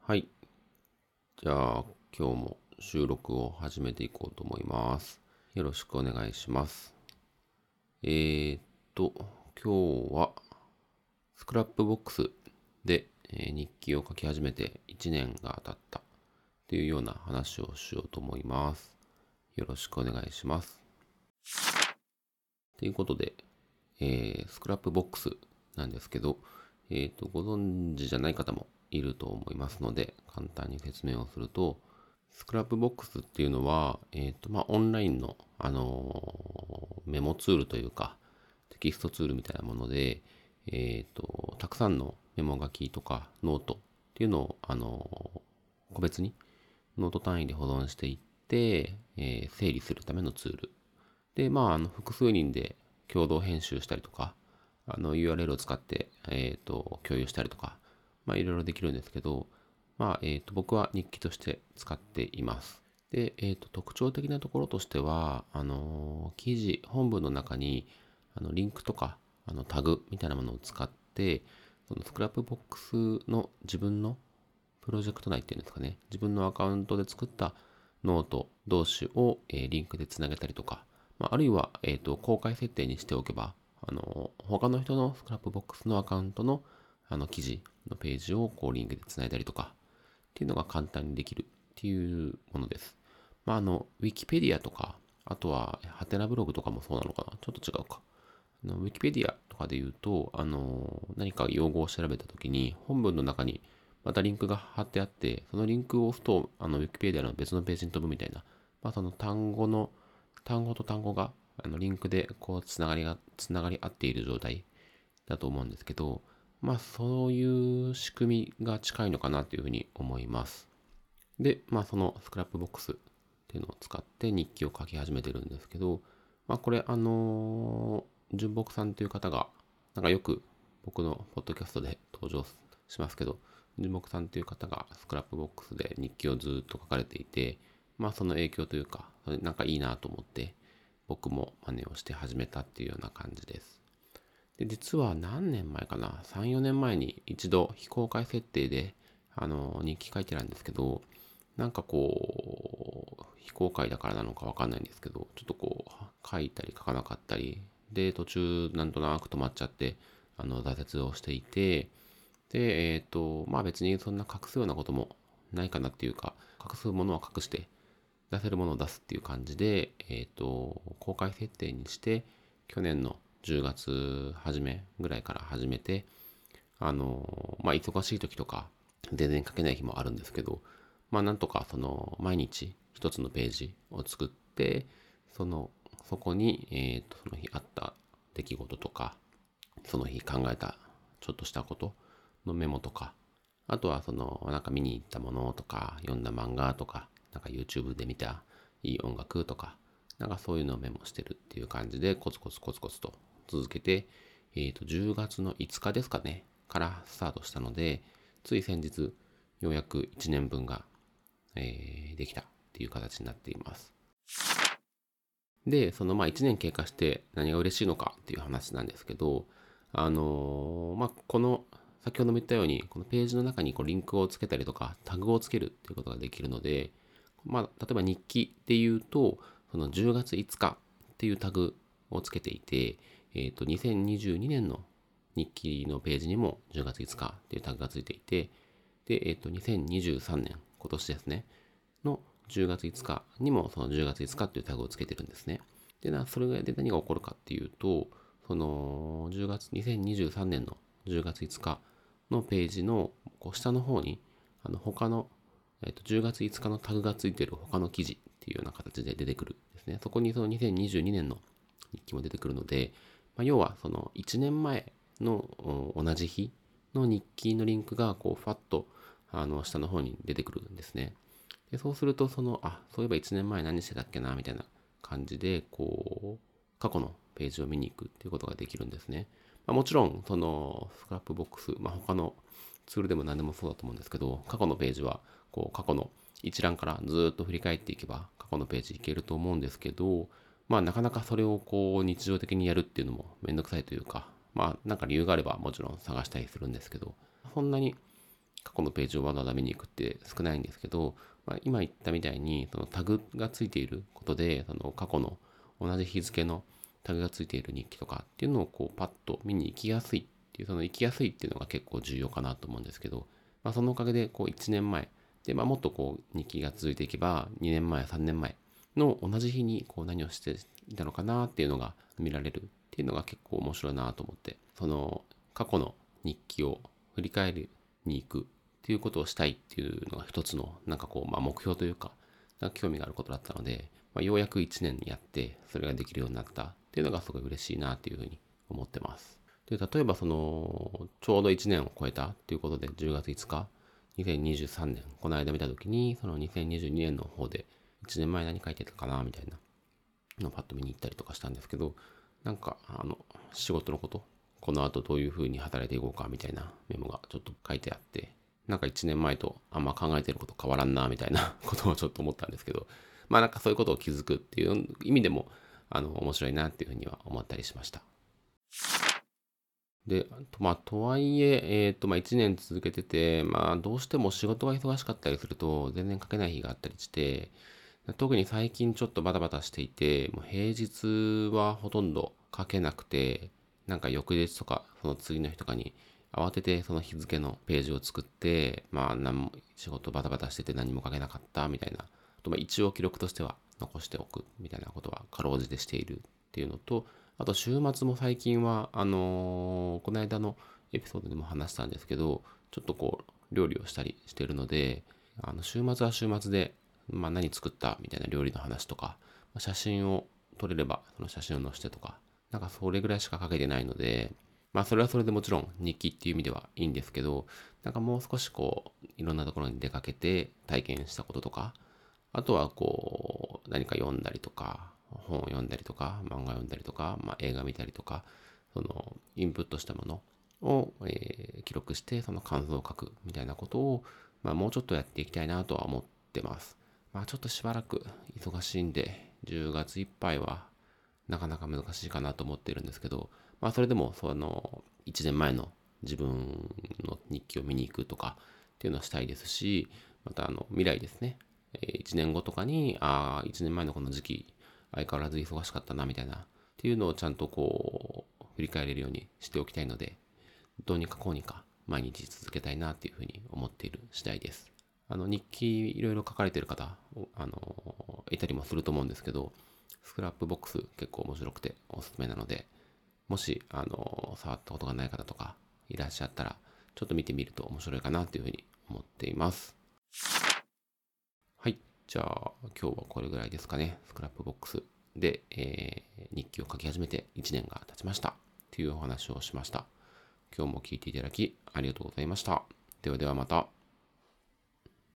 はい。じゃあ、今日も収録を始めていこうと思います。よろしくお願いします。えーっと、今日はスクラップボックスで、日記を書き始めて1年が経ったというような話をしようと思います。よろしくお願いします。ということで、スクラップボックスなんですけど、ご存知じゃない方もいると思いますので、簡単に説明をすると、スクラップボックスっていうのは、オンラインの、メモツールというか、テキストツールみたいなもので、たくさんのメモ書きとかノートっていうのを、個別にノート単位で保存していって、整理するためのツール。で、複数人で共同編集したりとか、URL を使って、共有したりとか、いろいろできるんですけど、僕は日記として使っています。で、特徴的なところとしては、記事、本文の中に、リンクとか、タグみたいなものを使って、そのスクラップボックスの自分のプロジェクト内っていうんですかね、自分のアカウントで作ったノート同士を、リンクでつなげたりとか、あるいは、公開設定にしておけば、他の人のスクラップボックスのアカウントの記事のページをこうリンクでつないだりとかっていうのが簡単にできるっていうものです。ウィキペディアとか、あとは、ハテナブログとかもそうなのかな、ちょっと違うか。ウィキペディアとかで言うと、何か用語を調べたときに、本文の中にまたリンクが貼ってあって、そのリンクを押すと、ウィキペディアの別のページに飛ぶみたいな、その単語と単語が、リンクでこう、つながり合っている状態だと思うんですけど、そういう仕組みが近いのかなというふうに思います。で、そのスクラップボックスっていうのを使って日記を書き始めてるんですけど、これ、純木さんという方が、なんかよく僕のポッドキャストで登場しますけど、純木さんという方がスクラップボックスで日記をずっと書かれていて、その影響というか、なんかいいなと思って、僕も真似をして始めたっていうような感じです。で、実は何年前かな、3、4年前に一度非公開設定で、日記書いてたんですけど、なんかこう、非公開だからなのかわかんないんですけど、ちょっとこう、書いたり書かなかったり、で、途中なんとなく止まっちゃって、挫折をしていて、で、別にそんな隠すようなこともないかなっていうか、隠すものは隠して、出せるものを出すっていう感じで、公開設定にして、去年の10月初めぐらいから始めて、忙しい時とか、全然書けない日もあるんですけど、なんとかその、毎日一つのページを作って、そこに、その日あった出来事とか、その日考えたちょっとしたことのメモとか、あとはなんか見に行ったものとか、読んだ漫画とか、なんか YouTube で見たいい音楽とか、なんかそういうのをメモしてるっていう感じで、コツコツコツコツと続けて、10月の5日ですかね、からスタートしたので、つい先日、ようやく1年分が、できたっていう形になっています。で、1年経過して何が嬉しいのかっていう話なんですけど、この、先ほども言ったように、このページの中にこうリンクをつけたりとか、タグをつけるっていうことができるので、例えば日記っていうと、その10月5日っていうタグをつけていて、2022年の日記のページにも10月5日っていうタグがついていて、で、2023年、今年ですね、の10月5日にもその10月5日っていうタグをつけてるんですね。で、それで何が起こるかっていうと、その10月、2023年の10月5日のページのこう下の方に、他の、10月5日のタグがついてる他の記事っていうような形で出てくるんですね。そこにその2022年の日記も出てくるので、要はその1年前の同じ日の日記のリンクがこうファッと下の方に出てくるんですね。で、そうするとそういえば1年前何してたっけなみたいな感じでこう過去のページを見に行くっていうことができるんですね。もちろんそのスクラップボックス、他のツールでも何でもそうだと思うんですけど、過去のページはこう過去の一覧からずっと振り返っていけば過去のページいけると思うんですけど、なかなかそれをこう日常的にやるっていうのもめんどくさいというか、なんか理由があればもちろん探したりするんですけど、そんなに過去のページをわざわざ見に行くって少ないんですけど、今言ったみたいにそのタグがついていることで、その過去の同じ日付のタグがついている日記とかっていうのをこうパッと見に行きやすいっていう、その行きやすいっていうのが結構重要かなと思うんですけど、そのおかげでこう1年前で、もっとこう日記が続いていけば2年前3年前の同じ日にこう何をしていたのかなっていうのが見られるっていうのが結構面白いなと思って、その過去の日記を振り返りに行くっていうことをしたいっていうのが一つのなんかこう、目標というか、興味があることだったので、ようやく1年やってそれができるようになったっていうのがすごい嬉しいなっていうふうに思ってます。で、例えばそのちょうど1年を超えたっていうことで10月5日2023年この間見た時に、その2022年の方で1年前何書いてたかなみたいなのをパッと見に行ったりとかしたんですけど、なんか仕事のこと、この後どういう風に働いていこうかみたいなメモがちょっと書いてあって、なんか1年前とあんま考えてること変わらんなみたいなことをちょっと思ったんですけど、なんかそういうことを気づくっていう意味でも面白いなっていうふうには思ったりしました。で、とはいえ、1年続けてて、どうしても仕事が忙しかったりすると、全然書けない日があったりして、特に最近ちょっとバタバタしていて、もう平日はほとんど書けなくて、なんか翌日とか、その次の日とかに、慌ててその日付のページを作って、何も仕事バタバタしてて何も書けなかったみたいな、一応記録としては残しておくみたいなことはかろうじてしているっていうのと、あと週末も最近は、この間のエピソードでも話したんですけど、ちょっとこう、料理をしたりしてるので、週末は週末で、何作ったみたいな料理の話とか、写真を撮れれば、その写真を載せてとか、なんかそれぐらいしか書けてないので、それはそれでもちろん日記っていう意味ではいいんですけど、なんかもう少しこう、いろんなところに出かけて体験したこととか、あとはこう、何か読んだりとか、本を読んだりとか、漫画読んだりとか、映画見たりとか、そのインプットしたものを、記録してその感想を書くみたいなことを、もうちょっとやっていきたいなとは思ってます。ちょっとしばらく忙しいんで、10月いっぱいはなかなか難しいかなと思ってるんですけど、それでもその1年前の自分の日記を見に行くとかっていうのはしたいですし、また未来ですね、1年後とかに、1年前のこの時期相変わらず忙しかったなみたいなっていうのをちゃんとこう振り返れるようにしておきたいので、どうにかこうにか毎日続けたいなっていうふうに思っている次第です。日記いろいろ書かれてる方、いたりもすると思うんですけど、スクラップボックス結構面白くておすすめなので、もし、触ったことがない方とかいらっしゃったら、ちょっと見てみると面白いかなというふうに思っています。はい。じゃあ、今日はこれぐらいですかね。スクラップボックスで、日記を書き始めて1年が経ちました。というお話をしました。今日も聞いていただきありがとうございました。ではではまた。